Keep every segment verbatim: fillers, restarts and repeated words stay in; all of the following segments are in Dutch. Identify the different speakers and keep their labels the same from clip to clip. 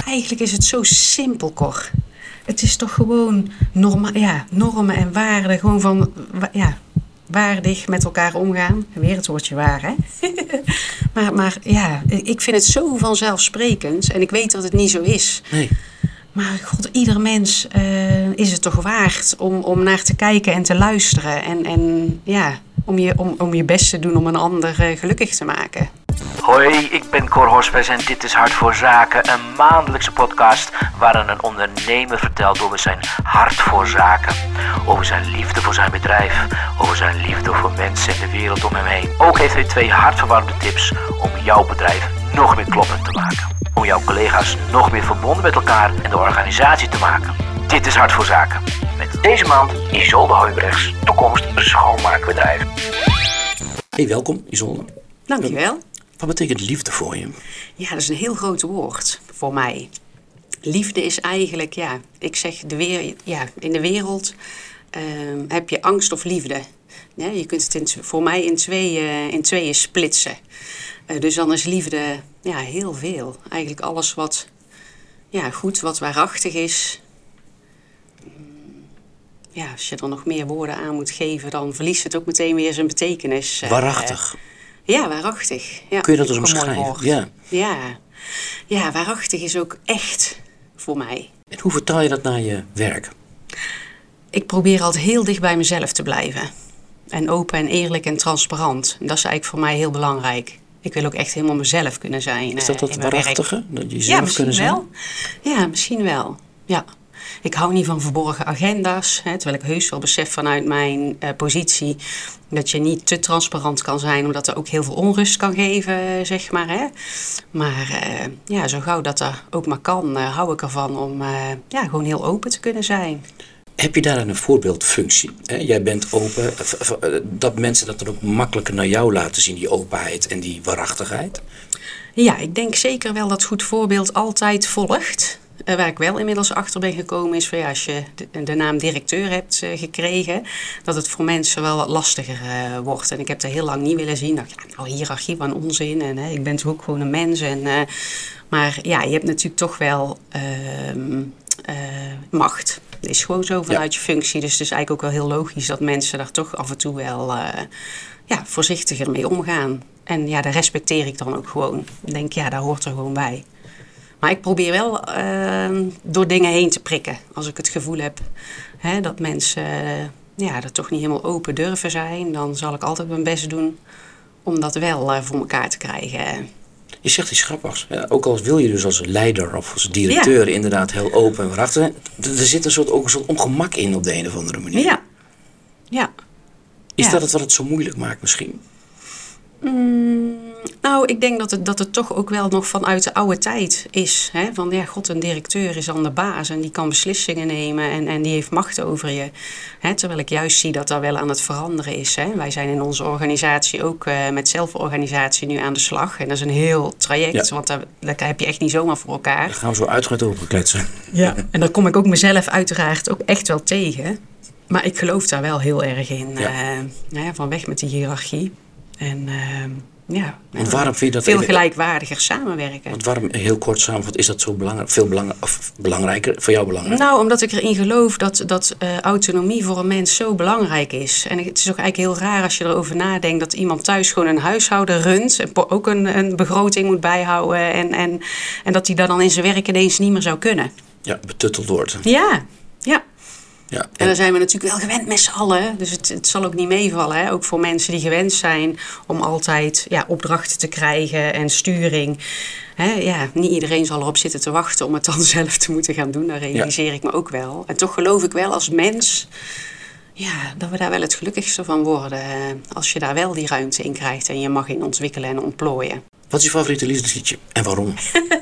Speaker 1: eigenlijk is het zo simpel, Cor. Het is toch gewoon norma- ja, normen en waarden. Gewoon van, ja, waardig met elkaar omgaan. Weer het woordje waar, hè? maar, maar ja, ik vind het zo vanzelfsprekend. En ik weet dat het niet zo is.
Speaker 2: Nee.
Speaker 1: Maar god, ieder mens uh, is het toch waard om, om naar te kijken en te luisteren. En, en ja, om je, om, om je best te doen om een ander uh, gelukkig te maken.
Speaker 3: Hoi, ik ben Cor Hospes en dit is Hart voor Zaken, een maandelijkse podcast waarin een ondernemer vertelt over zijn hart voor zaken. Over zijn liefde voor zijn bedrijf, over zijn liefde voor mensen en de wereld om hem heen. Ook heeft hij twee hartverwarmende tips om jouw bedrijf nog meer kloppend te maken. Om jouw collega's nog meer verbonden met elkaar en de organisatie te maken. Dit is Hart voor Zaken. Met deze maand Isolde Huybrechts, toekomst schoonmaakbedrijf.
Speaker 2: Hey, welkom Isolde.
Speaker 1: Dankjewel.
Speaker 2: Wat betekent liefde voor je?
Speaker 1: Ja, dat is een heel groot woord voor mij. Liefde is eigenlijk, ja, ik zeg de weer, ja, in de wereld uh, heb je angst of liefde. Ja, je kunt het in, voor mij in tweeën, in tweeën splitsen. Uh, dus dan is liefde ja, heel veel. Eigenlijk alles wat ja, goed, wat waarachtig is. Ja, als je er nog meer woorden aan moet geven, dan verliest het ook meteen weer zijn betekenis.
Speaker 2: Waarachtig.
Speaker 1: Uh, Ja, waarachtig. Ja,
Speaker 2: kun je dat eens omschrijven?
Speaker 1: Ja. ja. Ja, waarachtig is ook echt voor mij.
Speaker 2: En hoe vertaal je dat naar je werk?
Speaker 1: Ik probeer altijd heel dicht bij mezelf te blijven. En open en eerlijk en transparant. En dat is eigenlijk voor mij heel belangrijk. Ik wil ook echt helemaal mezelf kunnen zijn.
Speaker 2: Is dat dat waarachtige?
Speaker 1: Werk.
Speaker 2: Dat je
Speaker 1: ja,
Speaker 2: zelf kunnen zijn?
Speaker 1: Wel. Ja, misschien wel. Ja. Ik hou niet van verborgen agenda's, hè, terwijl ik heus wel besef vanuit mijn uh, positie dat je niet te transparant kan zijn, omdat er ook heel veel onrust kan geven, zeg maar. Hè. Maar uh, ja, zo gauw dat dat ook maar kan, uh, hou ik ervan om uh, ja, gewoon heel open te kunnen zijn.
Speaker 2: Heb je daar een voorbeeldfunctie? Hè? Jij bent open, dat mensen dat dan ook makkelijker naar jou laten zien, die openheid en die waarachtigheid?
Speaker 1: Ja, ik denk zeker wel dat goed voorbeeld altijd volgt. Uh, waar ik wel inmiddels achter ben gekomen is van ja, als je de, de naam directeur hebt uh, gekregen, dat het voor mensen wel wat lastiger uh, wordt. En ik heb dat heel lang niet willen zien. Dacht, ja, nou, hiërarchie, wat een onzin. En uh, ik ben toch ook gewoon een mens. En, uh, maar ja, je hebt natuurlijk toch wel uh, uh, macht. Dat is gewoon zo vanuit ja. je functie. Dus het is eigenlijk ook wel heel logisch dat mensen daar toch af en toe wel uh, ja, voorzichtiger mee omgaan. En ja, daar respecteer ik dan ook gewoon. Ik denk, ja, daar hoort er gewoon bij. Maar ik probeer wel uh, door dingen heen te prikken. Als ik het gevoel heb hè, dat mensen uh, ja, er toch niet helemaal open durven zijn, dan zal ik altijd mijn best doen om dat wel uh, voor elkaar te krijgen.
Speaker 2: Je zegt iets grappigs. Ja, ook al wil je dus als leider of als directeur ja. inderdaad heel open en waarachtig zijn. Er zit een soort, ook een soort ongemak in op de een of andere manier.
Speaker 1: Ja. ja.
Speaker 2: Is
Speaker 1: ja.
Speaker 2: dat het wat het zo moeilijk maakt misschien?
Speaker 1: Mm, nou, ik denk dat het, dat het toch ook wel nog vanuit de oude tijd is. Hè? Van ja, god, een directeur is dan de baas en die kan beslissingen nemen en, en die heeft macht over je. Hè? Terwijl ik juist zie dat dat wel aan het veranderen is. Hè? Wij zijn in onze organisatie ook uh, met zelforganisatie nu aan de slag. En dat is een heel traject, ja. want dat, dat heb je echt niet zomaar voor elkaar.
Speaker 2: Daar gaan we zo uitgebreid over kletsen.
Speaker 1: Ja, en daar kom ik ook mezelf uiteraard ook echt wel tegen. Maar ik geloof daar wel heel erg in. Ja. Uh, ja, van weg met die hiërarchie. En uh, ja,
Speaker 2: want waarom vind je dat
Speaker 1: veel
Speaker 2: even,
Speaker 1: gelijkwaardiger samenwerken.
Speaker 2: Want waarom, heel kort samenvat, is dat zo belangrijk, veel belang, of belangrijker, voor jou belangrijk?
Speaker 1: Nou, omdat ik erin geloof dat, dat uh, autonomie voor een mens zo belangrijk is. En het is ook eigenlijk heel raar als je erover nadenkt dat iemand thuis gewoon een huishouden runt. En ook een, een begroting moet bijhouden. En, en, en dat hij dan, dan in zijn werk ineens niet meer zou kunnen.
Speaker 2: Ja, betutteld wordt.
Speaker 1: Ja, ja.
Speaker 2: Ja, en...
Speaker 1: en daar zijn we natuurlijk wel gewend met z'n allen. Dus het, het zal ook niet meevallen. Hè? Ook voor mensen die gewend zijn om altijd ja, opdrachten te krijgen en sturing. Hè? Ja, niet iedereen zal erop zitten te wachten om het dan zelf te moeten gaan doen. Dat realiseer ja. ik me ook wel. En toch geloof ik wel als mens ja, dat we daar wel het gelukkigste van worden. Als je daar wel die ruimte in krijgt en je mag in ontwikkelen en ontplooien.
Speaker 2: Wat is je favoriete liefdesliedje en waarom?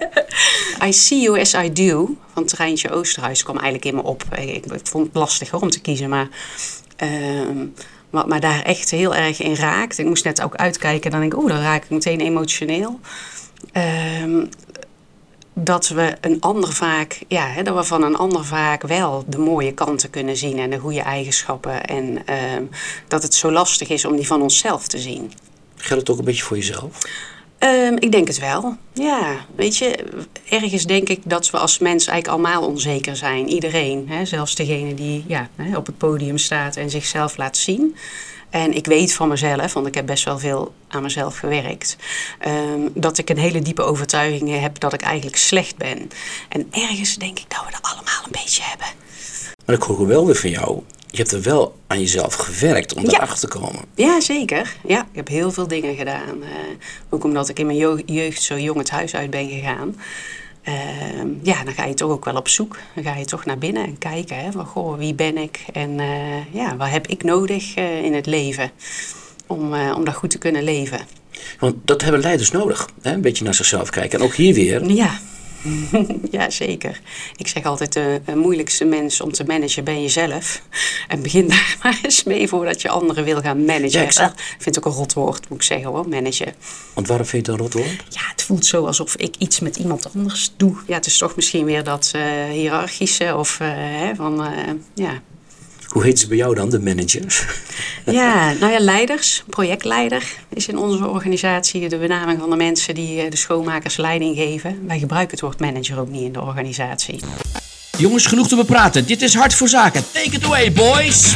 Speaker 1: I See You As I Do van Treintje Oosterhuis kwam eigenlijk in me op. Ik, ik vond het lastig hoor, om te kiezen, maar uh, wat me daar echt heel erg in raakt. Ik moest net ook uitkijken en dan denk ik, oeh, dan raak ik meteen emotioneel. Uh, dat we een ander vaak, ja, hè, dat we van een ander vaak wel de mooie kanten kunnen zien en de goede eigenschappen. En uh, dat het zo lastig is om die van onszelf te zien.
Speaker 2: Geldt het ook een beetje voor jezelf?
Speaker 1: Um, ik denk het wel. Ja, weet je, ergens denk ik dat we als mens eigenlijk allemaal onzeker zijn. Iedereen, hè? Zelfs degene die ja, op het podium staat en zichzelf laat zien. En ik weet van mezelf, want ik heb best wel veel aan mezelf gewerkt, um, dat ik een hele diepe overtuiging heb dat ik eigenlijk slecht ben. En ergens denk ik dat we dat allemaal een beetje hebben.
Speaker 2: Maar ik hoor wel weer van jou, je hebt er wel aan jezelf gewerkt om daarachter te komen.
Speaker 1: Ja, zeker. Ja, ik heb heel veel dingen gedaan. Uh, ook omdat ik in mijn jeugd zo jong het huis uit ben gegaan. Uh, ja, dan ga je toch ook wel op zoek. Dan ga je toch naar binnen en kijken. Hè, van, goh, wie ben ik? En uh, ja, wat heb ik nodig uh, in het leven? Om, uh, om dat goed te kunnen leven.
Speaker 2: Want dat hebben leiders nodig. Hè? Een beetje naar zichzelf kijken. En ook hier weer.
Speaker 1: Ja. Ja, zeker. Ik zeg altijd, de uh, moeilijkste mens om te managen ben jezelf. En begin daar maar eens mee voordat je anderen wil gaan managen.
Speaker 2: Ja, ik zeg...
Speaker 1: vind het ook een rot woord, moet ik zeggen hoor, managen.
Speaker 2: Want waarom vind je het een rot woord?
Speaker 1: Ja, het voelt zo alsof ik iets met iemand anders doe. Ja, het is toch misschien weer dat uh, hiërarchische of uh, hè, van, uh, ja...
Speaker 2: Hoe heet ze bij jou dan, de managers?
Speaker 1: Ja, nou ja, leiders. Projectleider is in onze organisatie de benaming van de mensen die de schoonmakers leiding geven. Wij gebruiken het woord manager ook niet in de organisatie.
Speaker 4: Jongens, genoeg te bepraten. Dit is Hart voor Zaken. Take it away, boys!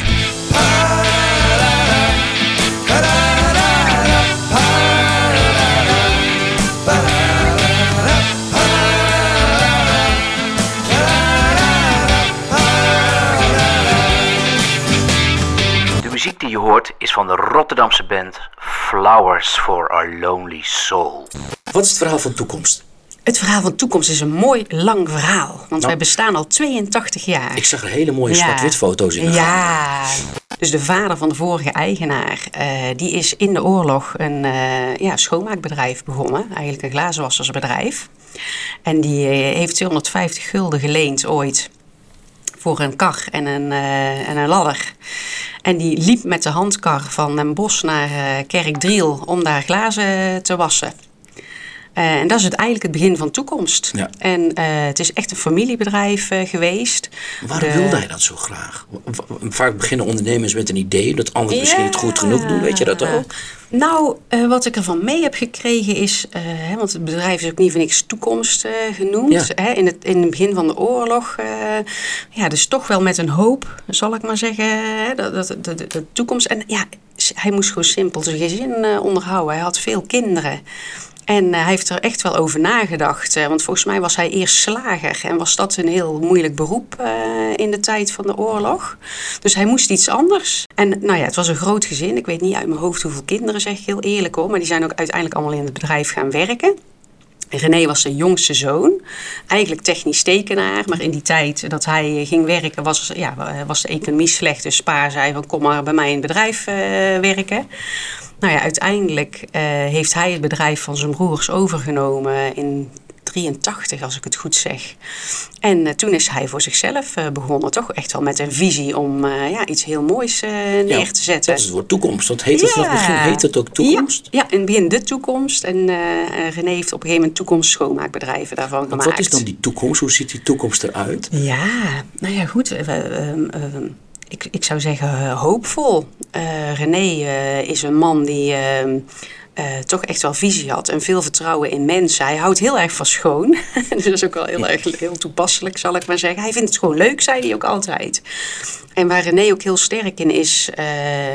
Speaker 3: De muziek die je hoort is van de Rotterdamse band Flowers for Our Lonely Soul.
Speaker 2: Wat is het verhaal van toekomst?
Speaker 1: Het verhaal van toekomst is een mooi lang verhaal. Want nou, wij bestaan al tweeëntachtig jaar.
Speaker 2: Ik zag er hele mooie
Speaker 1: ja.
Speaker 2: zwart-wit foto's in.
Speaker 1: Ja. Dus de vader van de vorige eigenaar, uh, die is in de oorlog een uh, ja, schoonmaakbedrijf begonnen. Eigenlijk een glazenwassersbedrijf. En die uh, heeft tweehonderdvijftig gulden geleend ooit voor een kar en een, uh, en een ladder. En die liep met de handkar van Den Bosch naar uh, Kerkdriel om daar glazen te wassen. Uh, en dat is het eigenlijk het begin van toekomst. Ja. En uh, het is echt een familiebedrijf uh, geweest.
Speaker 2: Waarom
Speaker 1: de...
Speaker 2: wilde hij dat zo graag? Vaak beginnen ondernemers met een idee dat anderen ja. misschien het goed genoeg doen. Weet je dat ook?
Speaker 1: Nou, uh, wat ik ervan mee heb gekregen is... Uh, hè, want het bedrijf is ook niet van niks toekomst uh, genoemd. Ja. Hè, in, het, in het begin van de oorlog. Uh, ja, dus toch wel met een hoop, zal ik maar zeggen. Hè, dat, dat, de, de, de toekomst. En ja, hij moest gewoon simpel zijn gezin uh, onderhouden. Hij had veel kinderen. En uh, hij heeft er echt wel over nagedacht. Uh, want volgens mij was hij eerst slager. En was dat een heel moeilijk beroep uh, in de tijd van de oorlog. Dus hij moest iets anders. En nou ja, het was een groot gezin. Ik weet niet uit mijn hoofd hoeveel kinderen, zeg ik heel eerlijk hoor. Maar die zijn ook uiteindelijk allemaal in het bedrijf gaan werken. René was de jongste zoon. Eigenlijk technisch tekenaar. Maar in die tijd dat hij ging werken was, ja, was de economie slecht. Dus pa zei van kom maar bij mij in het bedrijf uh, werken. Nou ja, uiteindelijk uh, heeft hij het bedrijf van zijn broers overgenomen in drieëntachtig, als ik het goed zeg. En uh, toen is hij voor zichzelf uh, begonnen, toch echt wel met een visie om uh, ja, iets heel moois uh, neer ja, te zetten.
Speaker 2: Dat is het woord toekomst. Dat heet het ja. vanaf het begin heet het ook toekomst?
Speaker 1: Ja, ja, in het begin de toekomst. En uh, René heeft op een gegeven moment toekomst schoonmaakbedrijven daarvan
Speaker 2: Want
Speaker 1: gemaakt.
Speaker 2: Wat is dan die toekomst? Hoe ziet die toekomst eruit?
Speaker 1: Ja, nou ja, goed. Uh, uh, uh, Ik, ik zou zeggen uh, hoopvol. Uh, René uh, is een man die uh, uh, toch echt wel visie had en veel vertrouwen in mensen. Hij houdt heel erg van schoon. Dus dat is ook wel heel erg heel toepasselijk, zal ik maar zeggen. Hij vindt het gewoon leuk, zei hij ook altijd. En waar René ook heel sterk in is, uh,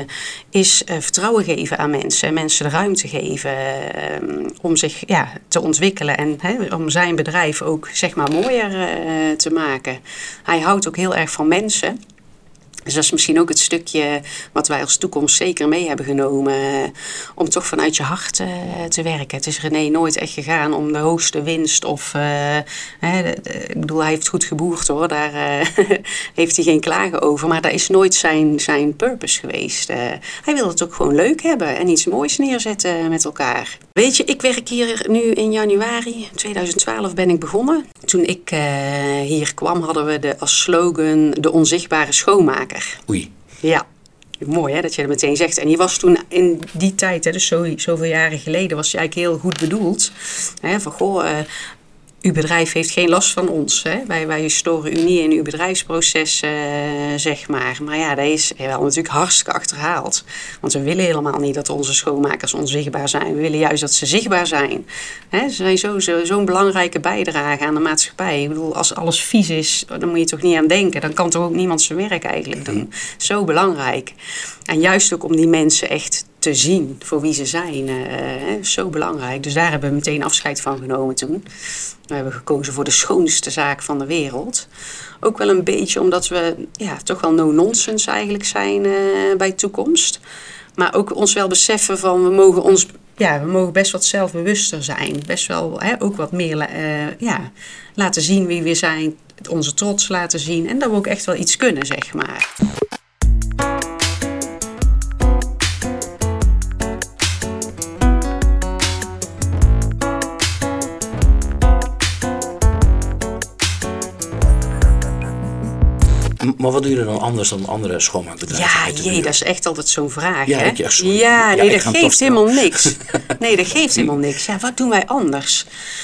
Speaker 1: is uh, vertrouwen geven aan mensen. Mensen de ruimte geven uh, om zich ja, te ontwikkelen. En hè, om zijn bedrijf ook zeg maar mooier uh, te maken. Hij houdt ook heel erg van mensen. Dus dat is misschien ook het stukje wat wij als toekomst zeker mee hebben genomen. Om toch vanuit je hart uh, te werken. Het is René nooit echt gegaan om de hoogste winst. Of, uh, hè, de, de, ik bedoel, hij heeft goed geboerd hoor. Daar uh, heeft hij geen klagen over. Maar dat is nooit zijn, zijn purpose geweest. Uh, hij wil het ook gewoon leuk hebben. En iets moois neerzetten met elkaar. Weet je, ik werk hier nu in januari tweeduizend twaalf ben ik begonnen. Toen ik uh, hier kwam hadden we de, als slogan de onzichtbare schoonmaker.
Speaker 2: Oei.
Speaker 1: Ja, mooi hè, dat je dat meteen zegt. En die was toen in die tijd, hè, dus zo, zoveel jaren geleden, was die eigenlijk heel goed bedoeld. Hè, van goh, uh, uw bedrijf heeft geen last van ons. Hè? Wij, wij storen u niet in uw bedrijfsproces, uh, zeg maar. Maar ja, dat is wel natuurlijk hartstikke achterhaald. Want we willen helemaal niet dat onze schoonmakers onzichtbaar zijn. We willen juist dat ze zichtbaar zijn. Hè? Ze zijn zo, zo, zo'n belangrijke bijdrage aan de maatschappij. Ik bedoel, als alles vies is, dan moet je toch niet aan denken. Dan kan toch ook niemand zijn werk eigenlijk doen. Zo belangrijk. En juist ook om die mensen echt te zien voor wie ze zijn. Uh, zo belangrijk. Dus daar hebben we meteen afscheid van genomen toen. We hebben gekozen voor de schoonste zaak van de wereld. Ook wel een beetje omdat we ja, toch wel no-nonsense eigenlijk zijn uh, bij toekomst. Maar ook ons wel beseffen van we mogen ons... Ja, we mogen best wat zelfbewuster zijn. Best wel hè, ook wat meer uh, ja, laten zien wie we zijn. Onze trots laten zien. En dat we ook echt wel iets kunnen, zeg maar.
Speaker 2: Maar wat doen jullie dan anders dan andere schoonmaakbedrijven?
Speaker 1: Ja, jee, dat is echt altijd zo'n vraag.
Speaker 2: Ja,
Speaker 1: hè?
Speaker 2: ik, ja, sorry.
Speaker 1: ja, nee,
Speaker 2: ja,
Speaker 1: dat geeft helemaal niks. Nee, dat geeft helemaal niks. Ja, wat doen wij anders?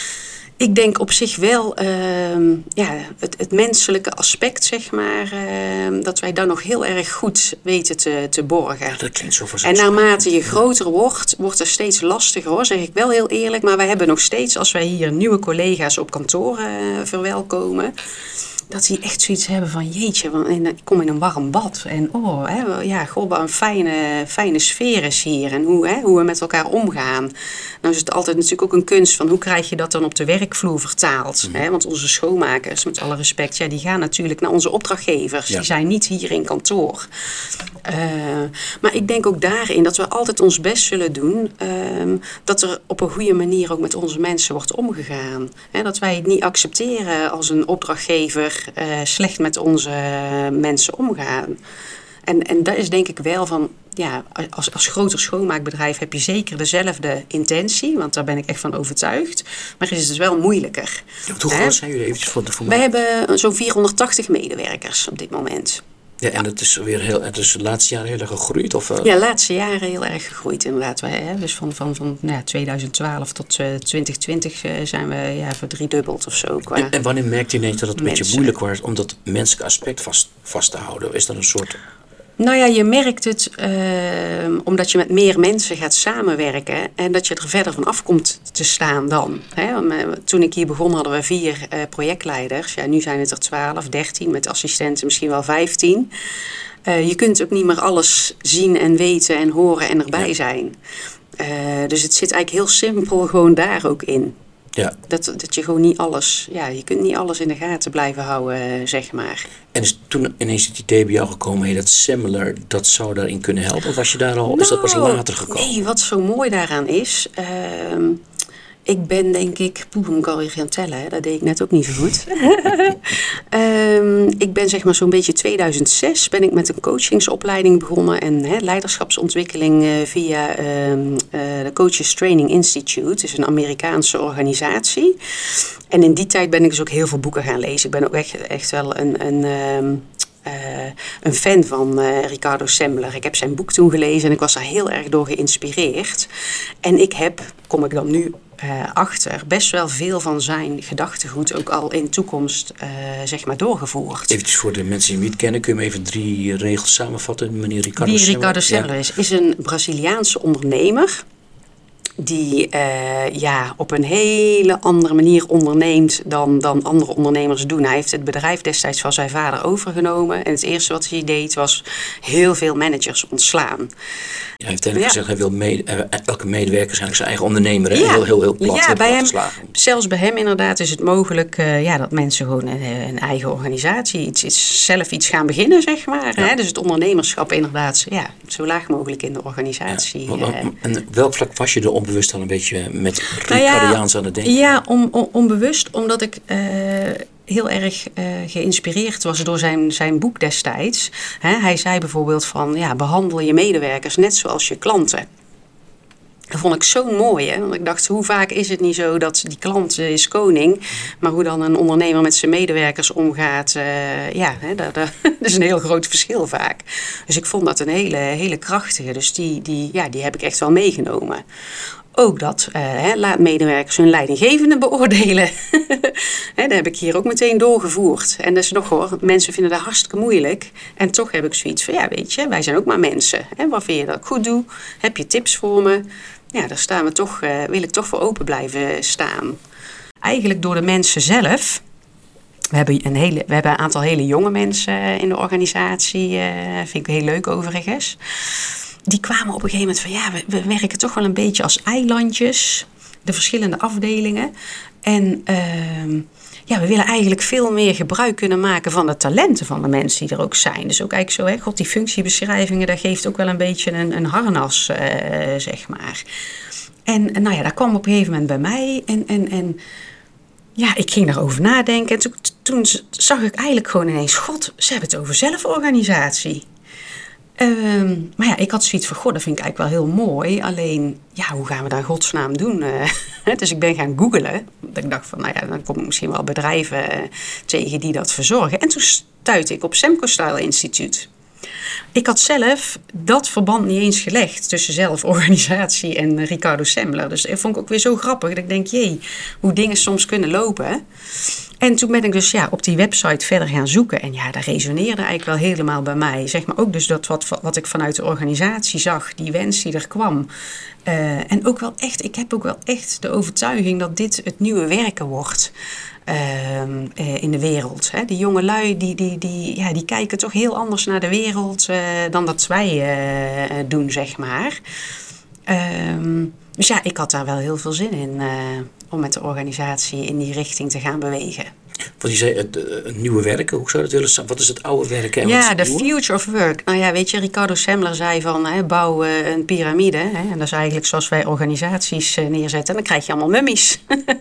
Speaker 1: Ik denk op zich wel uh, ja, het, het menselijke aspect, zeg maar, uh, dat wij daar nog heel erg goed weten te, te borgen.
Speaker 2: Ja, dat klinkt zo
Speaker 1: en naarmate je groter wordt, wordt het steeds lastiger, hoor, zeg ik wel heel eerlijk. Maar wij hebben nog steeds, als wij hier nieuwe collega's op kantoor uh, verwelkomen, dat die echt zoiets hebben van jeetje, ik kom in een warm bad. En oh, hè, ja, god, wat een fijne, fijne sfeer is hier. En hoe, hè, hoe we met elkaar omgaan. Nou is het altijd natuurlijk ook een kunst van hoe krijg je dat dan op de werkvloer vertaald. Mm. Hè? Want onze schoonmakers, met alle respect, ja, die gaan natuurlijk naar onze opdrachtgevers. Ja. Die zijn niet hier in kantoor. Uh, maar ik denk ook daarin dat we altijd ons best zullen doen. Uh, dat er op een goede manier ook met onze mensen wordt omgegaan. Hè? Dat wij het niet accepteren als een opdrachtgever Uh, slecht met onze uh, mensen omgaan. En, en dat is denk ik wel van, ja, als, als groter schoonmaakbedrijf heb je zeker dezelfde intentie, want daar ben ik echt van overtuigd. Maar is het dus wel moeilijker.
Speaker 2: Ja, hoe groot zijn jullie eventjes voor de voor
Speaker 1: Wij hebben zo'n vierhonderdtachtig medewerkers op dit moment.
Speaker 2: Ja, en het is weer heel, het is de laatste jaren heel erg gegroeid? Of, uh...
Speaker 1: Ja, de laatste jaren heel erg gegroeid inderdaad. Wij, hè, dus van, van, van nou, tweeduizend twaalf tot uh, twintig twintig uh, zijn we ja, verdriedubbeld of zo. Qua
Speaker 2: en, en wanneer merkte je ineens dat het een beetje moeilijk was om dat menselijke aspect vast, vast te houden? Is dat een soort...
Speaker 1: Nou ja, je merkt het uh, omdat je met meer mensen gaat samenwerken en dat je er verder van af komt te staan dan. Hè? Toen ik hier begon hadden we vier uh, projectleiders. Ja, nu zijn het er twaalf, dertien, met assistenten misschien wel vijftien. Uh, je kunt ook niet meer alles zien en weten en horen en erbij ja. zijn. Uh, dus het zit eigenlijk heel simpel gewoon daar ook in.
Speaker 2: Ja.
Speaker 1: Dat, dat je gewoon niet alles, ja, je kunt niet alles in de gaten blijven houden, zeg maar.
Speaker 2: En is toen ineens het idee bij jou gekomen, hey, dat Semler, dat zou daarin kunnen helpen? Of was je daar al, nou, is dat pas later gekomen?
Speaker 1: Nee, wat zo mooi daaraan is, uh, ik ben denk ik, poeh, moet ik alweer gaan tellen, hè? Dat deed ik net ook niet zo goed. um, ik ben zeg maar zo'n beetje tweeduizend zes ben ik met een coachingsopleiding begonnen en hè, leiderschapsontwikkeling uh, via uh, uh, de Coaches Training Institute. Het is een Amerikaanse organisatie. En in die tijd ben ik dus ook heel veel boeken gaan lezen. Ik ben ook echt, echt wel een... een um, Uh, een fan van uh, Ricardo Semler. Ik heb zijn boek toen gelezen en ik was daar heel erg door geïnspireerd. En ik heb, kom ik dan nu uh, achter, best wel veel van zijn gedachtegoed ook al in toekomst uh, zeg maar doorgevoerd.
Speaker 2: Even voor de mensen die hem niet kennen, kun je me even drie regels samenvatten? Meneer Ricardo
Speaker 1: Wie
Speaker 2: Semler,
Speaker 1: Ricardo Semler
Speaker 2: ja.
Speaker 1: is, is een Braziliaanse ondernemer die uh, ja, op een hele andere manier onderneemt dan, dan andere ondernemers doen. Hij heeft het bedrijf destijds van zijn vader overgenomen. En het eerste wat hij deed was heel veel managers ontslaan.
Speaker 2: Hij heeft eigenlijk ja. gezegd, hij wil mede, elke medewerker is eigenlijk zijn eigen ondernemer. Hè?
Speaker 1: Ja.
Speaker 2: Heel, heel, heel plat.
Speaker 1: Ja,
Speaker 2: heel
Speaker 1: bij hem,
Speaker 2: geslagen.
Speaker 1: zelfs bij hem inderdaad is het mogelijk uh, ja, dat mensen gewoon een, een eigen organisatie, iets, iets, zelf iets gaan beginnen, zeg maar.
Speaker 2: Ja.
Speaker 1: Hè? Dus het ondernemerschap inderdaad ja, zo laag mogelijk in de organisatie.
Speaker 2: Ja.
Speaker 1: Uh,
Speaker 2: en welk vlak was je er onbewust al een beetje met Ricardiaans nou ja, aan het denken?
Speaker 1: Ja, on, on, onbewust, omdat ik uh, heel erg uh, geïnspireerd was door zijn, zijn boek destijds. He, hij zei bijvoorbeeld van, ja, behandel je medewerkers net zoals je klanten. Dat vond ik zo mooi, hè? Want ik dacht, hoe vaak is het niet zo dat die klant uh, is koning, maar hoe dan een ondernemer met zijn medewerkers omgaat, uh, ja, hè, dat, dat is een heel groot verschil vaak. Dus ik vond dat een hele, hele krachtige, dus die, die, ja, die heb ik echt wel meegenomen. ook dat. Uh, hè, laat medewerkers hun leidinggevende beoordelen. Hè, dat heb ik hier ook meteen doorgevoerd. En dat is nog hoor, mensen vinden dat hartstikke moeilijk. En toch heb ik zoiets van, ja weet je, wij zijn ook maar mensen. Hè, wat vind je dat ik goed doe? Heb je tips voor me? Ja, daar staan we toch, uh, wil ik toch voor open blijven staan. Eigenlijk door de mensen zelf. We hebben een, hele, we hebben een aantal hele jonge mensen in de organisatie. Uh, vind ik heel leuk overigens. Die kwamen op een gegeven moment van ja, we, we werken toch wel een beetje als eilandjes. De verschillende afdelingen. En uh, ja, we willen eigenlijk veel meer gebruik kunnen maken van de talenten van de mensen die er ook zijn. Dus ook eigenlijk zo, hè, god, die functiebeschrijvingen, dat geeft ook wel een beetje een, een harnas, uh, zeg maar. En, en nou ja, dat kwam op een gegeven moment bij mij. En, en, en ja, ik ging daarover nadenken. En toen, toen zag ik eigenlijk gewoon ineens, god, ze hebben het over zelforganisatie. Um, maar ja, ik had zoiets van, goh, dat vind ik eigenlijk wel heel mooi. Alleen, ja, hoe gaan we dat in godsnaam doen? Uh, dus ik ben gaan googlen. Dat ik dacht van, nou ja, dan kom ik misschien wel bedrijven uh, tegen die dat verzorgen. En toen stuitte ik op Semco Style Instituut. Ik had zelf dat verband niet eens gelegd tussen zelforganisatie en Ricardo Semler. Dus dat vond ik ook weer zo grappig. Dat ik denk, jee, hoe dingen soms kunnen lopen. En toen ben ik dus ja, op die website verder gaan zoeken. En ja, dat resoneerde eigenlijk wel helemaal bij mij. Zeg maar ook dus dat wat, wat ik vanuit de organisatie zag, die wens die er kwam. Uh, en ook wel echt, ik heb ook wel echt de overtuiging dat dit het nieuwe werken wordt. Uh, uh, in de wereld. Hè. Die jonge lui die, die, die, ja, die kijken toch heel anders naar de wereld uh, dan dat wij uh, doen, zeg maar. Uh, dus ja, ik had daar wel heel veel zin in uh, om met de organisatie in die richting te gaan bewegen.
Speaker 2: Want je zei het, het nieuwe werken, hoe zou dat willen staan? Wat is het oude werken? En
Speaker 1: ja,
Speaker 2: de
Speaker 1: future of work. Nou ja, weet je, Ricardo Semler zei van hè, bouw uh, een piramide. Hè, en dat is eigenlijk zoals wij organisaties uh, neerzetten. En dan krijg je allemaal mummies.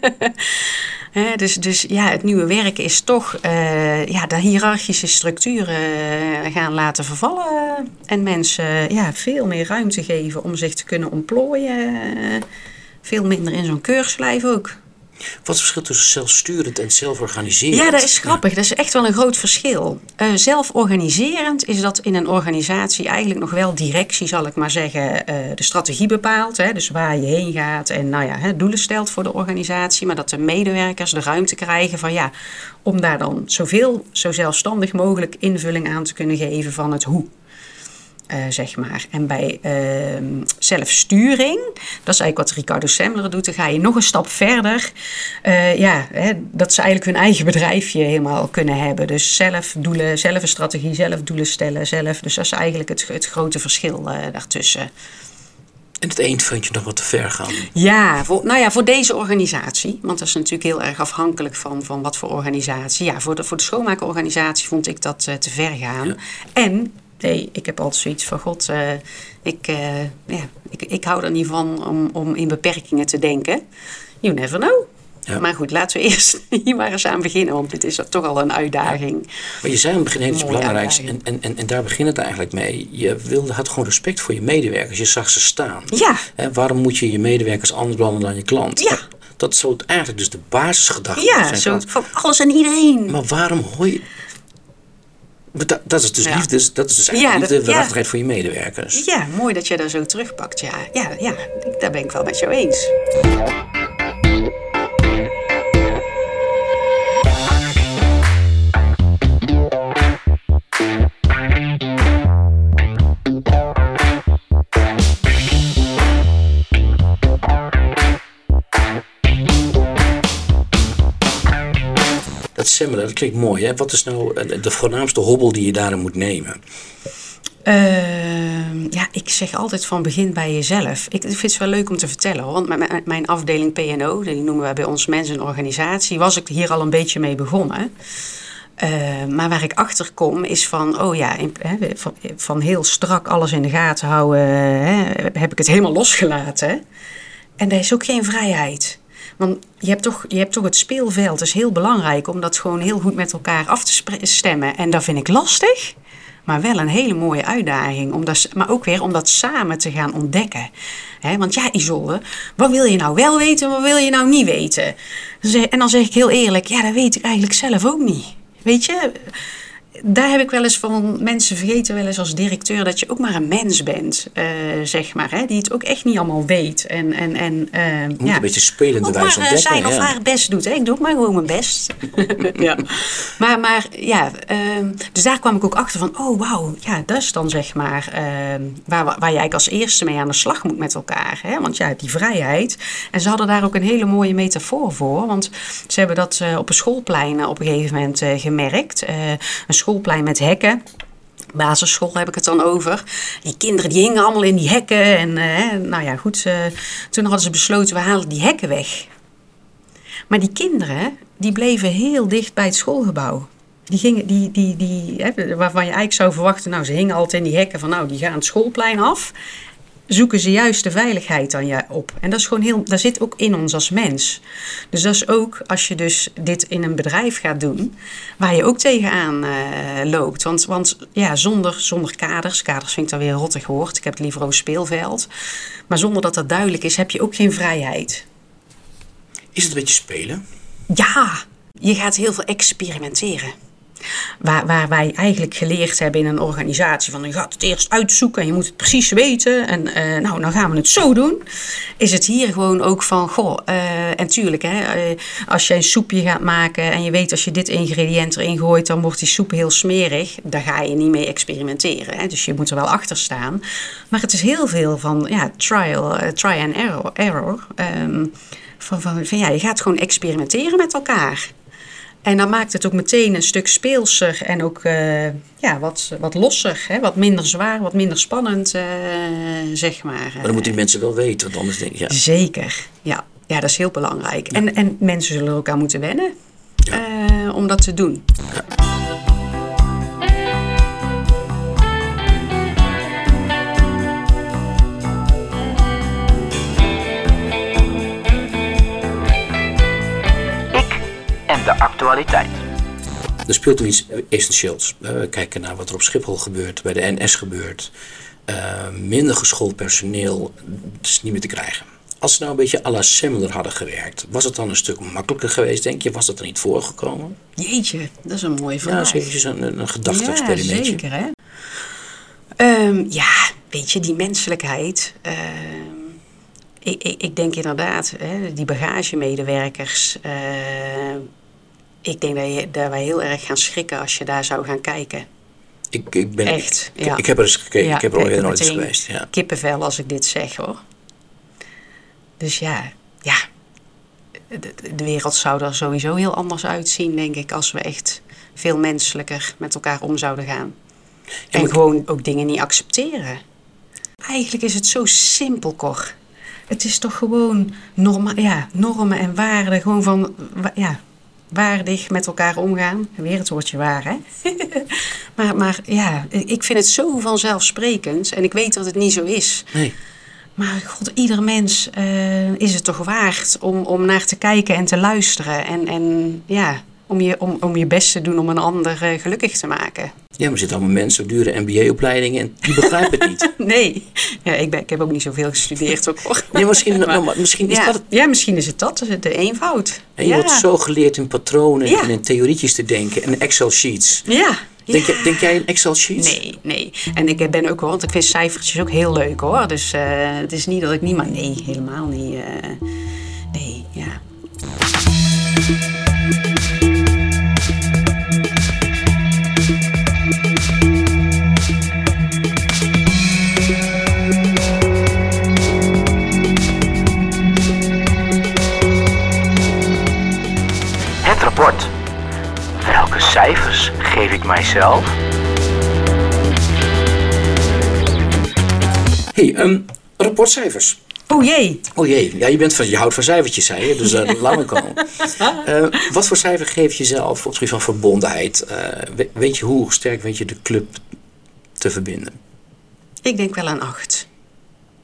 Speaker 1: He, dus, dus ja, het nieuwe werken is toch uh, ja, de hiërarchische structuren uh, gaan laten vervallen. En mensen ja, veel meer ruimte geven om zich te kunnen ontplooien. Uh, veel minder in zo'n keurslijf ook.
Speaker 2: Wat is het verschil tussen zelfsturend en zelforganiserend?
Speaker 1: Ja, dat is grappig. Dat is echt wel een groot verschil. Uh, zelforganiserend is dat in een organisatie eigenlijk nog wel directie, zal ik maar zeggen, uh, de strategie bepaalt. Hè, dus waar je heen gaat en nou ja, hè, doelen stelt voor de organisatie. Maar dat de medewerkers de ruimte krijgen van ja, om daar dan zoveel, zo zelfstandig mogelijk invulling aan te kunnen geven van het hoe. Uh, zeg maar. En bij uh, zelfsturing, dat is eigenlijk wat Ricardo Semler doet, dan ga je nog een stap verder. Uh, ja, hè, dat ze eigenlijk hun eigen bedrijfje helemaal kunnen hebben. Dus zelf doelen, zelf een strategie, zelf doelen stellen, zelf. Dus dat is eigenlijk het, het grote verschil uh, daartussen.
Speaker 2: En het een vind je nog wat te ver gaan?
Speaker 1: Ja, voor, nou ja, voor deze organisatie. Want dat is natuurlijk heel erg afhankelijk van, van wat voor organisatie. Ja, voor de, voor de schoonmaakorganisatie vond ik dat uh, te ver gaan. Ja. En nee, ik heb altijd zoiets van, god, uh, ik, uh, ja, ik, ik hou er niet van om, om in beperkingen te denken. You never know. Ja. Maar goed, laten we eerst hier maar eens aan beginnen, want dit is toch al een uitdaging.
Speaker 2: Ja. Maar je zei aan het begin iets belangrijks en, en, en, en daar begint het eigenlijk mee. Je wilde, had gewoon respect voor je medewerkers, je zag ze staan.
Speaker 1: Ja.
Speaker 2: En waarom moet je je medewerkers anders behandelen dan je klant?
Speaker 1: Ja.
Speaker 2: Dat, dat is eigenlijk dus de basisgedachte
Speaker 1: ja,
Speaker 2: van
Speaker 1: zo van alles en iedereen.
Speaker 2: Maar waarom hoor je... Dat, dat is dus
Speaker 1: ja.
Speaker 2: liefde, dat is dus eigenlijk
Speaker 1: ja,
Speaker 2: liefde,
Speaker 1: ja.
Speaker 2: waarachtigheid voor je medewerkers.
Speaker 1: Ja, mooi dat je dat zo terugpakt. Ja, ja, ja, daar ben ik wel met jou eens.
Speaker 2: Dat Semler, dat klinkt mooi. Hè? Wat is nou de voornaamste hobbel die je daarin moet nemen?
Speaker 1: Uh, ja, ik zeg altijd van begin bij jezelf. Ik vind het wel leuk om te vertellen. Hoor. Want mijn, mijn afdeling P en O, die noemen we bij ons mensen en organisatie, was ik hier al een beetje mee begonnen. Uh, maar waar ik achter kom is van, oh ja, in, hè, van, van heel strak alles in de gaten houden, hè, heb ik het helemaal losgelaten. En dat is ook geen vrijheid. Want je hebt, toch, je hebt toch het speelveld. Het is heel belangrijk om dat gewoon heel goed met elkaar af te stemmen. En dat vind ik lastig, maar wel een hele mooie uitdaging. Om dat, maar ook weer om dat samen te gaan ontdekken. He, want ja, Isolde, wat wil je nou wel weten en wat wil je nou niet weten? En dan zeg ik heel eerlijk, ja, dat weet ik eigenlijk zelf ook niet. Weet je, daar heb ik wel eens van, mensen vergeten wel eens als directeur dat je ook maar een mens bent, uh, zeg maar, hè, die het ook echt niet allemaal weet. En, en, en, uh,
Speaker 2: je moet
Speaker 1: ja,
Speaker 2: een beetje spelende
Speaker 1: ook
Speaker 2: wijze
Speaker 1: maar
Speaker 2: ontdekken.
Speaker 1: zijn of
Speaker 2: ja.
Speaker 1: haar best doet. Hè. Ik doe ook maar gewoon mijn best. ja. Maar, maar ja, uh, dus daar kwam ik ook achter van, oh wauw, ja, dat is dan zeg maar uh, waar, waar je eigenlijk als eerste mee aan de slag moet met elkaar. Hè. Want ja, die vrijheid. En ze hadden daar ook een hele mooie metafoor voor, want ze hebben dat uh, op een schoolplein uh, op een gegeven moment uh, gemerkt. Uh, een schoolplein met hekken. Basisschool heb ik het dan over. Die kinderen die hingen allemaal in die hekken. En uh, nou ja, goed. Uh, toen hadden ze besloten, we halen die hekken weg. Maar die kinderen, die bleven heel dicht bij het schoolgebouw. Die gingen, die, die, die, hè, waarvan je eigenlijk zou verwachten, nou, ze hingen altijd in die hekken van, nou, die gaan het schoolplein af. Zoeken ze juist de veiligheid dan ja op. En dat is gewoon heel, dat zit ook in ons als mens. Dus dat is ook als je dus dit in een bedrijf gaat doen, waar je ook tegenaan uh, loopt. Want, want ja, zonder, zonder kaders, kaders vind ik dan weer een rottig woord. Ik heb het liever over speelveld. Maar zonder dat dat duidelijk is, heb je ook geen vrijheid.
Speaker 2: Is het een beetje spelen?
Speaker 1: Ja, je gaat heel veel experimenteren. Waar, waar wij eigenlijk geleerd hebben in een organisatie van je gaat het eerst uitzoeken en je moet het precies weten en uh, nou, dan gaan we het zo doen. Is het hier gewoon ook van, goh, uh, en tuurlijk, hè, uh, als je een soepje gaat maken en je weet als je dit ingrediënt erin gooit, dan wordt die soep heel smerig. Daar ga je niet mee experimenteren. Hè, dus je moet er wel achter staan. Maar het is heel veel van, ja, trial, uh, try and error. error um, van, van, van, ja, je gaat gewoon experimenteren met elkaar. En dan maakt het ook meteen een stuk speelser en ook uh, ja, wat, wat losser. Hè? Wat minder zwaar, wat minder spannend, uh, zeg maar.
Speaker 2: Maar dan moeten die mensen wel weten, want anders denk ik, ja.
Speaker 1: Zeker, ja. Ja, dat is heel belangrijk. Ja. En, en mensen zullen er ook aan moeten wennen
Speaker 2: ja.
Speaker 1: uh, om dat te doen. Ja.
Speaker 3: De actualiteit.
Speaker 2: Er speelt nu iets essentieels. We kijken naar wat er op Schiphol gebeurt, bij de N S gebeurt. Uh, minder geschoold personeel is niet meer te krijgen. Als ze nou een beetje à la Semler hadden gewerkt, was het dan een stuk makkelijker geweest, denk je? Was dat er niet voorgekomen?
Speaker 1: Jeetje, dat is een mooie vraag.
Speaker 2: Ja, dat is eventjes een, een gedachte-experimentje.
Speaker 1: Ja, zeker, hè? Um, ja, weet je, die menselijkheid. Uh, ik, ik, ik denk inderdaad, hè, die bagagemedewerkers. Uh, ik denk dat, je, dat wij heel erg gaan schrikken als je daar zou gaan kijken.
Speaker 2: Ik, ik ben
Speaker 1: echt.
Speaker 2: Ik,
Speaker 1: ja.
Speaker 2: ik heb er eens gekeken.
Speaker 1: Ja,
Speaker 2: ik heb er alweer nooit eens geweest. Ja.
Speaker 1: Kippenvel als ik dit zeg, hoor. Dus ja, ja. De, de wereld zou er sowieso heel anders uitzien, denk ik, als we echt veel menselijker met elkaar om zouden gaan. En, en gewoon ook dingen niet accepteren. Eigenlijk is het zo simpel, Cor. Het is toch gewoon norma- ja, normen en waarden, gewoon van, ja, waardig met elkaar omgaan. Weer het woordje waar, hè? maar, maar ja, ik vind het zo vanzelfsprekend en ik weet dat het niet zo is.
Speaker 2: Nee.
Speaker 1: Maar god, ieder mens uh, is het toch waard om, om naar te kijken en te luisteren. En, en ja, om je, om, om je best te doen om een ander uh, gelukkig te maken.
Speaker 2: Ja, maar er zitten allemaal mensen op dure M B A-opleidingen en die begrijpen het niet.
Speaker 1: Nee, ja, ik, ben, ik heb ook niet zoveel gestudeerd ook, hoor.
Speaker 2: Ja, misschien, maar, nou, misschien is
Speaker 1: ja,
Speaker 2: dat het.
Speaker 1: Ja, misschien is het dat, de eenvoud.
Speaker 2: En je
Speaker 1: ja.
Speaker 2: wordt zo geleerd in patronen
Speaker 1: ja.
Speaker 2: en in theorietjes te denken en Excel-sheets.
Speaker 1: Ja.
Speaker 2: Denk,
Speaker 1: ja.
Speaker 2: je, denk jij in Excel-sheets?
Speaker 1: Nee, nee. En ik ben ook, hoor, want ik vind cijfertjes ook heel leuk, hoor. Dus uh, het is niet dat ik niet, maar nee, helemaal niet. Uh, nee, ja.
Speaker 3: Het rapport. Welke cijfers geef ik mijzelf?
Speaker 2: Hey, um, rapportcijfers.
Speaker 1: Oh jee.
Speaker 2: Oh jee, ja, je, bent van, je houdt van cijfertjes, zei je, dus uh, laat me komen. Uh, wat voor cijfer geef je jezelf op het gebied van verbondenheid? Uh, weet je hoe sterk weet je de club te verbinden?
Speaker 1: Ik denk wel een acht.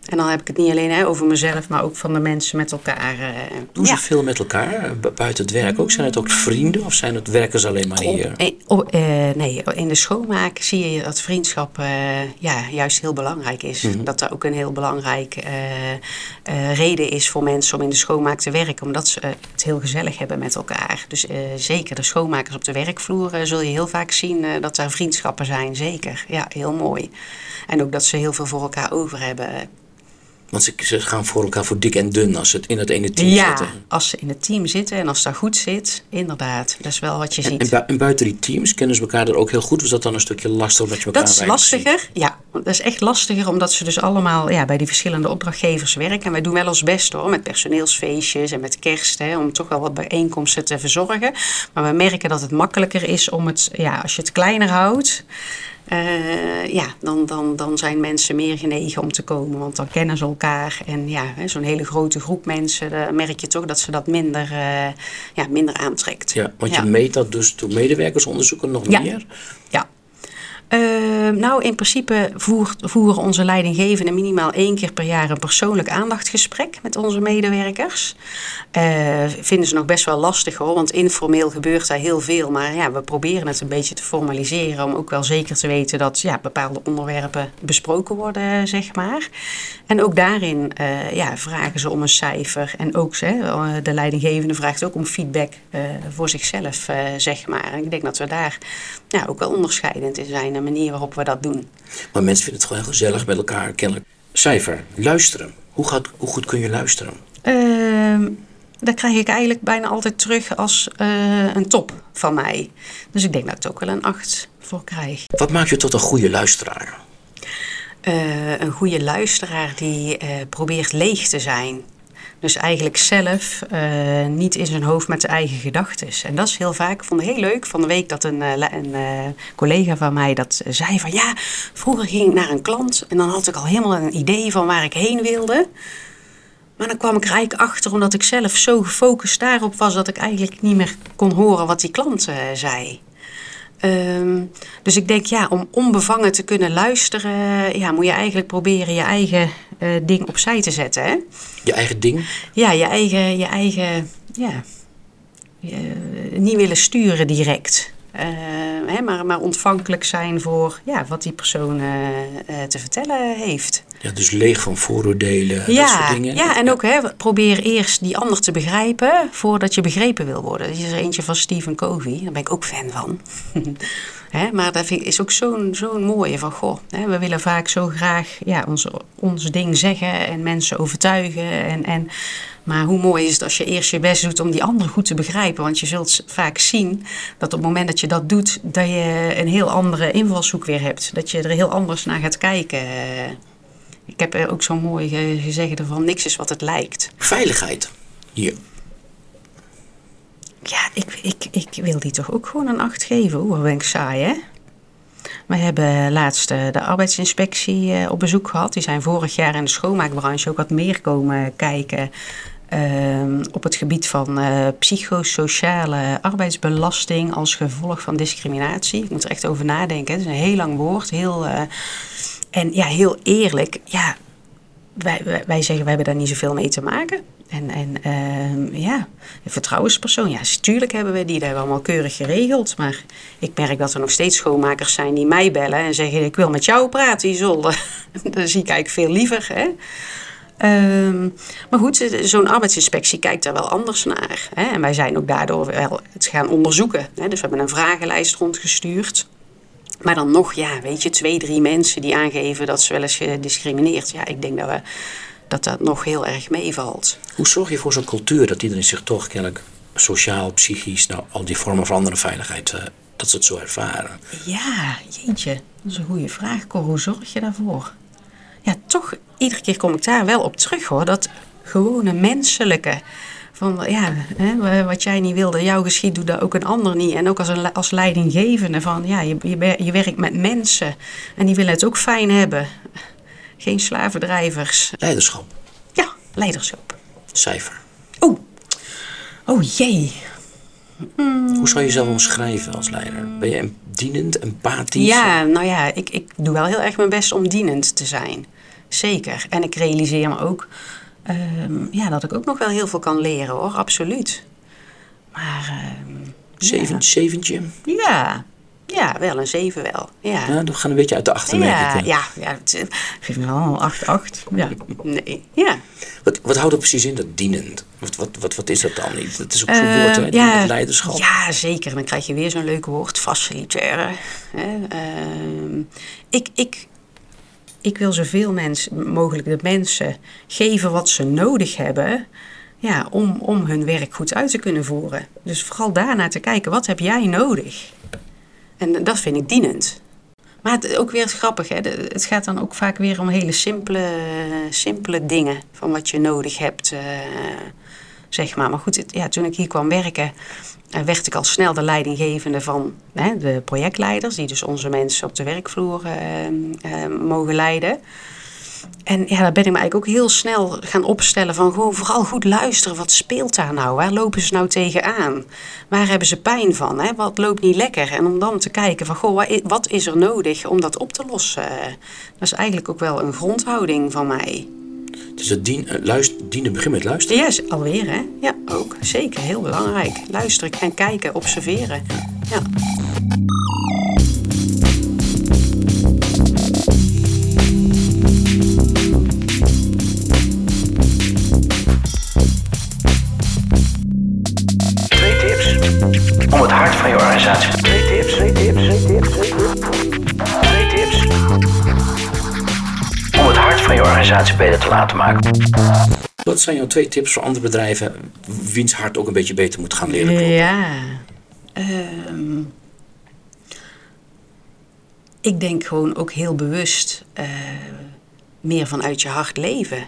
Speaker 1: En dan heb ik het niet alleen hè, over mezelf, maar ook van de mensen met elkaar. Uh,
Speaker 2: Doen
Speaker 1: ja.
Speaker 2: ze veel met elkaar? Bu- buiten het werk ook? Zijn het ook vrienden of zijn het werkers alleen maar hier?
Speaker 1: Op, op, uh, nee, in de schoonmaak zie je dat vriendschap uh, ja, juist heel belangrijk is. Mm-hmm. Dat er ook een heel belangrijk uh, uh, reden is voor mensen om in de schoonmaak te werken. Omdat ze uh, het heel gezellig hebben met elkaar. Dus uh, zeker de schoonmakers op de werkvloer uh, zul je heel vaak zien uh, dat er vriendschappen zijn. Zeker, ja, heel mooi. En ook dat ze heel veel voor elkaar over hebben.
Speaker 2: Want ze, ze gaan voor elkaar voor dik en dun als ze in het ene team
Speaker 1: ja,
Speaker 2: zitten.
Speaker 1: Ja, als ze in het team zitten en als dat goed zit, inderdaad. Dat is wel wat je
Speaker 2: en,
Speaker 1: ziet.
Speaker 2: En, bu- en buiten die teams kennen ze elkaar er ook heel goed? Of is dat dan een stukje lastig omdat je elkaar
Speaker 1: Dat is lastiger, ziet? Ja. Dat is echt lastiger omdat ze dus allemaal ja, bij die verschillende opdrachtgevers werken. En wij doen wel ons best hoor, met personeelsfeestjes en met kerst, hè, om toch wel wat bijeenkomsten te verzorgen. Maar we merken dat het makkelijker is om het, ja, als je het kleiner houdt. Uh, ja, dan, dan, dan zijn mensen meer genegen om te komen, want dan kennen ze elkaar. En ja, zo'n hele grote groep mensen, dan merk je toch dat ze dat minder, uh, ja, minder aantrekt.
Speaker 2: Ja, want
Speaker 1: ja.
Speaker 2: je meet dat dus door medewerkersonderzoeken nog
Speaker 1: ja.
Speaker 2: meer?
Speaker 1: Ja. Uh, nou, in principe voert, voeren onze leidinggevenden minimaal één keer per jaar een persoonlijk aandachtsgesprek met onze medewerkers. Uh, vinden ze nog best wel lastig hoor, want informeel gebeurt daar heel veel. Maar ja, we proberen het een beetje te formaliseren om ook wel zeker te weten dat ja, bepaalde onderwerpen besproken worden, zeg maar. En ook daarin uh, ja, vragen ze om een cijfer. En ook uh, de leidinggevende vraagt ook om feedback uh, voor zichzelf, uh, zeg maar. En ik denk dat we daar ja, ook wel onderscheidend in zijn. De manier waarop we dat doen.
Speaker 2: Maar mensen vinden het gewoon heel gezellig met elkaar, kennelijk. Cijfer, luisteren. Hoe, gaat, hoe goed kun je luisteren?
Speaker 1: Uh, dat krijg ik eigenlijk bijna altijd terug als uh, een top van mij. Dus ik denk dat ik er ook wel een acht voor krijg.
Speaker 2: Wat maakt je tot een goede luisteraar?
Speaker 1: Uh, een goede luisteraar die uh, probeert leeg te zijn. Dus eigenlijk zelf uh, niet in zijn hoofd met zijn eigen gedachten. En dat is heel vaak, ik vond het heel leuk van de week dat een, een uh, collega van mij dat zei van ja, vroeger ging ik naar een klant en dan had ik al helemaal een idee van waar ik heen wilde. Maar dan kwam ik er eigenlijk achter omdat ik zelf zo gefocust daarop was dat ik eigenlijk niet meer kon horen wat die klant uh, zei. Um, dus ik denk, ja, om onbevangen te kunnen luisteren, ja, moet je eigenlijk proberen je eigen uh, ding opzij te zetten. Hè?
Speaker 2: Je eigen ding?
Speaker 1: Ja, je eigen, je eigen, ja, je, niet willen sturen direct. Uh, hè, maar, maar ontvankelijk zijn voor ja, wat die persoon uh, uh, te vertellen heeft.
Speaker 2: Ja, dus leeg van vooroordelen,
Speaker 1: ja,
Speaker 2: dat soort dingen.
Speaker 1: Ja, en ook hè, probeer eerst die ander te begrijpen voordat je begrepen wil worden. Er is er eentje van Stephen Covey, daar ben ik ook fan van. Hè, maar dat vind ik, is ook zo'n, zo'n mooie van, goh, hè, we willen vaak zo graag ja, ons, ons ding zeggen en mensen overtuigen. En, en, maar hoe mooi is het als je eerst je best doet om die ander goed te begrijpen. Want je zult vaak zien dat op het moment dat je dat doet, dat je een heel andere invalshoek weer hebt. Dat je er heel anders naar gaat kijken. Ik heb ook zo'n mooi gezegde van niks is wat het lijkt.
Speaker 2: Veiligheid, hier.
Speaker 1: Ja, ik, ik, ik wil die toch ook gewoon een acht geven. Hoe ben ik saai, hè? We hebben laatst de arbeidsinspectie op bezoek gehad. Die zijn vorig jaar in de schoonmaakbranche ook wat meer komen kijken uh, op het gebied van uh, psychosociale arbeidsbelasting als gevolg van discriminatie. Ik moet er echt over nadenken. Het is een heel lang woord. Heel, uh, en ja, heel eerlijk. Ja, wij, wij, wij zeggen, wij hebben daar niet zoveel mee te maken. En, en uh, ja, een vertrouwenspersoon. Ja, natuurlijk hebben we die, dat hebben we allemaal keurig geregeld. Maar ik merk dat er nog steeds schoonmakers zijn die mij bellen en zeggen, ik wil met jou praten, Isolde. Dat zie ik eigenlijk veel liever, hè. Um, maar goed, zo'n arbeidsinspectie kijkt er wel anders naar. Hè? En wij zijn ook daardoor wel het gaan onderzoeken. Hè? Dus we hebben een vragenlijst rondgestuurd. Maar dan nog, ja, weet je, twee, drie mensen die aangeven dat ze wel eens gediscrimineerd. Ja, ik denk dat we... dat dat nog heel erg meevalt.
Speaker 2: Hoe zorg je voor zo'n cultuur dat iedereen zich toch kennelijk sociaal, psychisch, nou al die vormen van andere veiligheid, uh, dat ze het zo ervaren?
Speaker 1: Ja, jeetje, dat is een goede vraag, Cor. Hoe zorg je daarvoor? Ja, toch, iedere keer kom ik daar wel op terug, hoor. Dat gewone menselijke, van ja, hè, wat jij niet wilde, jou geschiet, doet dat ook een ander niet. En ook als, een, als leidinggevende van, ja, je, je, je werkt met mensen en die willen het ook fijn hebben. Geen slavendrijvers.
Speaker 2: Leiderschap.
Speaker 1: Ja, leiderschap.
Speaker 2: Cijfer.
Speaker 1: Oh, oh jee.
Speaker 2: Mm. Hoe zou je jezelf omschrijven als leider? Ben je dienend, empathisch?
Speaker 1: Ja, nou ja, ik, ik doe wel heel erg mijn best om dienend te zijn. zeker. En ik realiseer me ook um, ja, dat ik ook nog wel heel veel kan leren hoor, absoluut. Maar... Um,
Speaker 2: Zeven,
Speaker 1: ja.
Speaker 2: Zeventje?
Speaker 1: Ja, ja, wel een zeven wel. Ja,
Speaker 2: Ja, we gaan een beetje uit de achter, merk
Speaker 1: ja,
Speaker 2: ik.
Speaker 1: ja, ja, het geef me wel een acht acht. Ja, nee, ja.
Speaker 2: Wat, wat houdt er precies in, dat dienend? Wat, wat, wat, wat is dat dan? Dat is ook zo'n
Speaker 1: Uh,
Speaker 2: woord, hè?
Speaker 1: ja,
Speaker 2: Leiderschap.
Speaker 1: Ja, zeker. Dan krijg je weer zo'n leuk woord, facilitaire. Hè? Uh, ik, ik, ik wil zoveel mens, mogelijk de mensen geven wat ze nodig hebben... Ja, om, om hun werk goed uit te kunnen voeren. Dus vooral daarnaar te kijken, wat heb jij nodig? En dat vind ik dienend. Maar het, ook weer grappig, hè? Het gaat dan ook vaak weer om hele simpele, simpele dingen... van wat je nodig hebt, uh, zeg maar. Maar goed, het, ja, toen ik hier kwam werken... Uh, werd ik al snel de leidinggevende van hè, de projectleiders... die dus onze mensen op de werkvloer uh, uh, mogen leiden... En ja, daar ben ik me eigenlijk ook heel snel gaan opstellen van gewoon vooral goed luisteren. Wat speelt daar nou? Waar lopen ze nou tegenaan? Waar hebben ze pijn van? Hè? Wat loopt niet lekker? En om dan te kijken van, goh, wat is er nodig om dat op te lossen? Dat is eigenlijk ook wel een grondhouding van mij.
Speaker 2: Dus dat dien, luister, dienen begint met luisteren?
Speaker 1: Ja, yes, alweer hè? Ja, ook. Zeker, heel belangrijk. Luisteren en kijken, observeren. Ja.
Speaker 3: Om het hart van je organisatie... Twee tips, twee tips, twee tips, twee tips. Twee tips. Om het hart van je organisatie beter te laten maken.
Speaker 2: Wat zijn jouw twee tips voor andere bedrijven... wiens hart ook een beetje beter moet gaan leren kloppen?
Speaker 1: Ja. Um, ik denk gewoon ook heel bewust... Uh, meer vanuit je hart leven...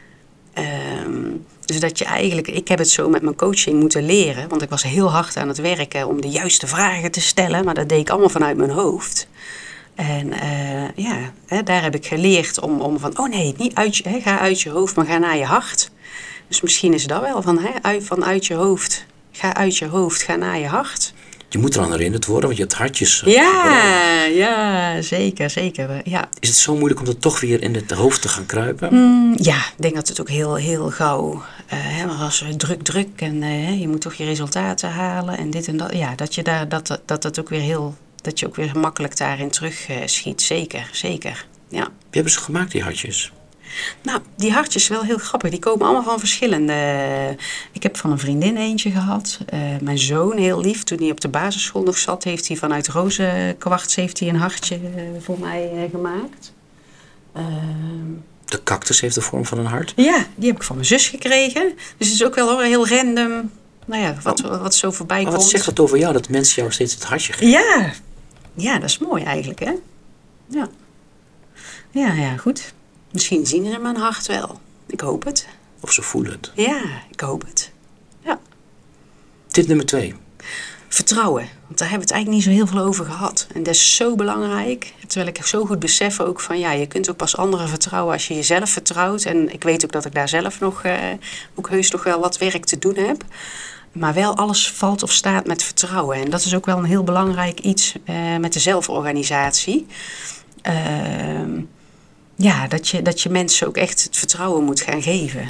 Speaker 1: Um, dus dat je eigenlijk, ik heb het zo met mijn coaching moeten leren, want ik was heel hard aan het werken om de juiste vragen te stellen, maar dat deed ik allemaal vanuit mijn hoofd. En uh, ja, hè, daar heb ik geleerd om, om van, oh nee, niet uit je, hè, ga uit je hoofd, maar ga naar je hart. Dus misschien is dat wel van, hè, uit, vanuit je hoofd, ga uit je hoofd, ga naar je hart.
Speaker 2: Je moet eraan herinnerd worden, want je hebt hartjes.
Speaker 1: Ja, ja, zeker, zeker. Ja.
Speaker 2: Is het zo moeilijk om dat toch weer in het hoofd te gaan kruipen?
Speaker 1: Mm, ja, ik denk dat het ook heel, heel gauw... Uh, hè, maar als we druk, druk en uh, je moet toch je resultaten halen en dit en dat. Ja, dat je daar, dat, dat, dat ook weer heel... Dat je ook weer gemakkelijk daarin terug uh, schiet. Zeker, zeker. Ja.
Speaker 2: Wie hebben ze gemaakt, die hartjes?
Speaker 1: Nou, die hartjes wel heel grappig. Die komen allemaal van verschillende... Ik heb van een vriendin eentje gehad. Uh, mijn zoon, heel lief, toen hij op de basisschool nog zat... heeft hij vanuit rozenkwarts heeft hij een hartje uh, voor mij uh, gemaakt. Uh,
Speaker 2: de cactus heeft de vorm van een hart?
Speaker 1: Ja, die heb ik van mijn zus gekregen. Dus het is ook wel hoor, heel random... Nou ja, wat, wat zo voorbij
Speaker 2: maar
Speaker 1: komt.
Speaker 2: Wat zegt dat over jou, dat mensen jou steeds het hartje geven?
Speaker 1: Ja, ja, dat is mooi eigenlijk, hè? Ja, ja, ja goed. Misschien zien ze mijn hart wel. Ik hoop het.
Speaker 2: Of ze voelen het.
Speaker 1: Ja, ik hoop het. Ja.
Speaker 2: Tip nummer twee.
Speaker 1: Vertrouwen. Want daar hebben we het eigenlijk niet zo heel veel over gehad. En dat is zo belangrijk. Terwijl ik zo goed besef ook van... ja, je kunt ook pas anderen vertrouwen als je jezelf vertrouwt. En ik weet ook dat ik daar zelf nog... Uh, ook heus nog wel wat werk te doen heb. Maar wel alles valt of staat met vertrouwen. En dat is ook wel een heel belangrijk iets uh, met de zelforganisatie. Uh, ja, dat je, dat je mensen ook echt het vertrouwen moet gaan geven.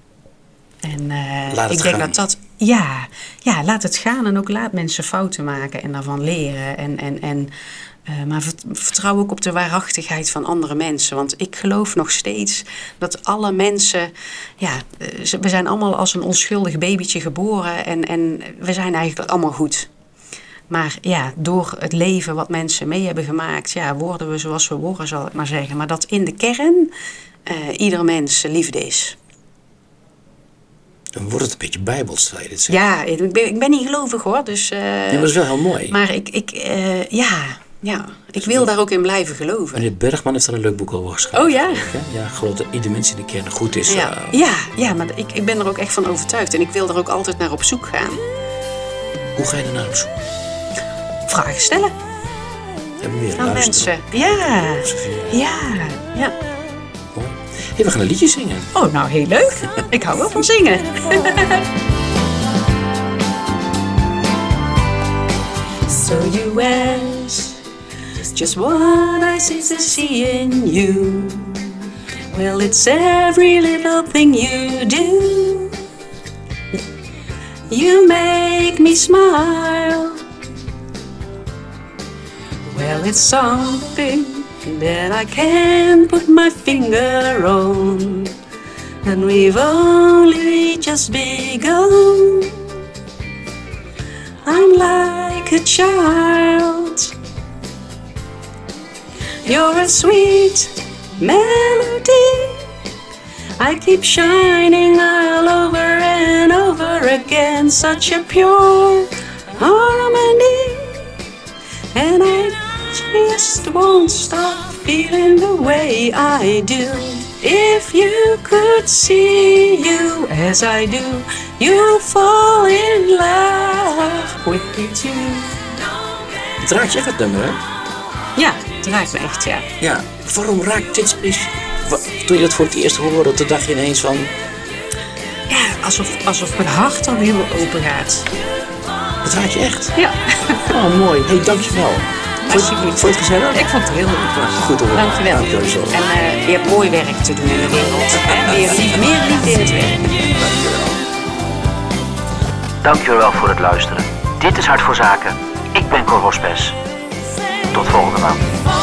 Speaker 1: En uh, ik denk gaan. dat dat... Ja, ja, laat het gaan en ook laat mensen fouten maken en daarvan leren. En, en, en, uh, maar vertrouw ook op de waarachtigheid van andere mensen. Want ik geloof nog steeds dat alle mensen... Ja, we zijn allemaal als een onschuldig babytje geboren en, en we zijn eigenlijk allemaal goed. Maar ja, door het leven wat mensen mee hebben gemaakt... ja, worden we zoals we worden, zal ik maar zeggen. Maar dat in de kern uh, ieder mens liefde is.
Speaker 2: Dan wordt het een beetje bijbels, terwijl je dit zegt.
Speaker 1: Ja, ik ben, ik ben niet gelovig hoor. Dus, uh,
Speaker 2: ja, maar dat is wel heel mooi.
Speaker 1: Maar ik, ik, uh, ja, ja, ik wil daar ook in blijven geloven.
Speaker 2: Meneer Bergman heeft daar een leuk boek over geschreven.
Speaker 1: Oh ja?
Speaker 2: Ja, geloof dat ieder mens in de kern goed is.
Speaker 1: Ja,
Speaker 2: uh,
Speaker 1: ja, ja, maar ik, ik ben er ook echt van overtuigd. En ik wil er ook altijd naar op zoek gaan.
Speaker 2: Hoe ga je er naar op zoek?
Speaker 1: Vragen stellen.
Speaker 2: Hebben we weer
Speaker 1: aan
Speaker 2: luisteren.
Speaker 1: mensen. Ja, ja, ja.
Speaker 2: Mooi. Hey, we gaan een liedje zingen.
Speaker 1: Oh, nou heel leuk. Ik hou wel van zingen. So you ask just what I see to see in you. Well, it's every little thing you do. You make me smile. Well, it's something that I can't put my finger on, and we've only just begun. I'm like a child. You're a sweet melody. I keep shining all over and over again. Such a pure harmony, and I just won't stop feeling the way I do. If you could see you as I do, you'll fall in love with me too.
Speaker 2: Het raakt je echt het nummer, hè?
Speaker 1: Ja, het raakt me echt, ja.
Speaker 2: Ja, waarom raakt dit specifiek? Toen je dat voor het eerst hoorde, toen dacht je ineens van...
Speaker 1: Ja, alsof, alsof mijn hart dan helemaal open gaat.
Speaker 2: Het raakt je echt?
Speaker 1: Ja.
Speaker 2: Oh, mooi. Hé, hey, dankjewel.
Speaker 1: Alsjeblieft.
Speaker 2: Vond je het gezellig?
Speaker 1: Ik vond het heel leuk.
Speaker 2: Goed hoor.
Speaker 1: Dankjewel.
Speaker 2: Dankjewel.
Speaker 1: En uh, je hebt mooi werk te doen in de wereld. Hè? Meer, lief, meer liefde in het werk.
Speaker 2: Dankjewel.
Speaker 3: Dankjewel voor het luisteren. Dit is Hart voor Zaken. Ik ben Cor Hospes. Tot volgende maand.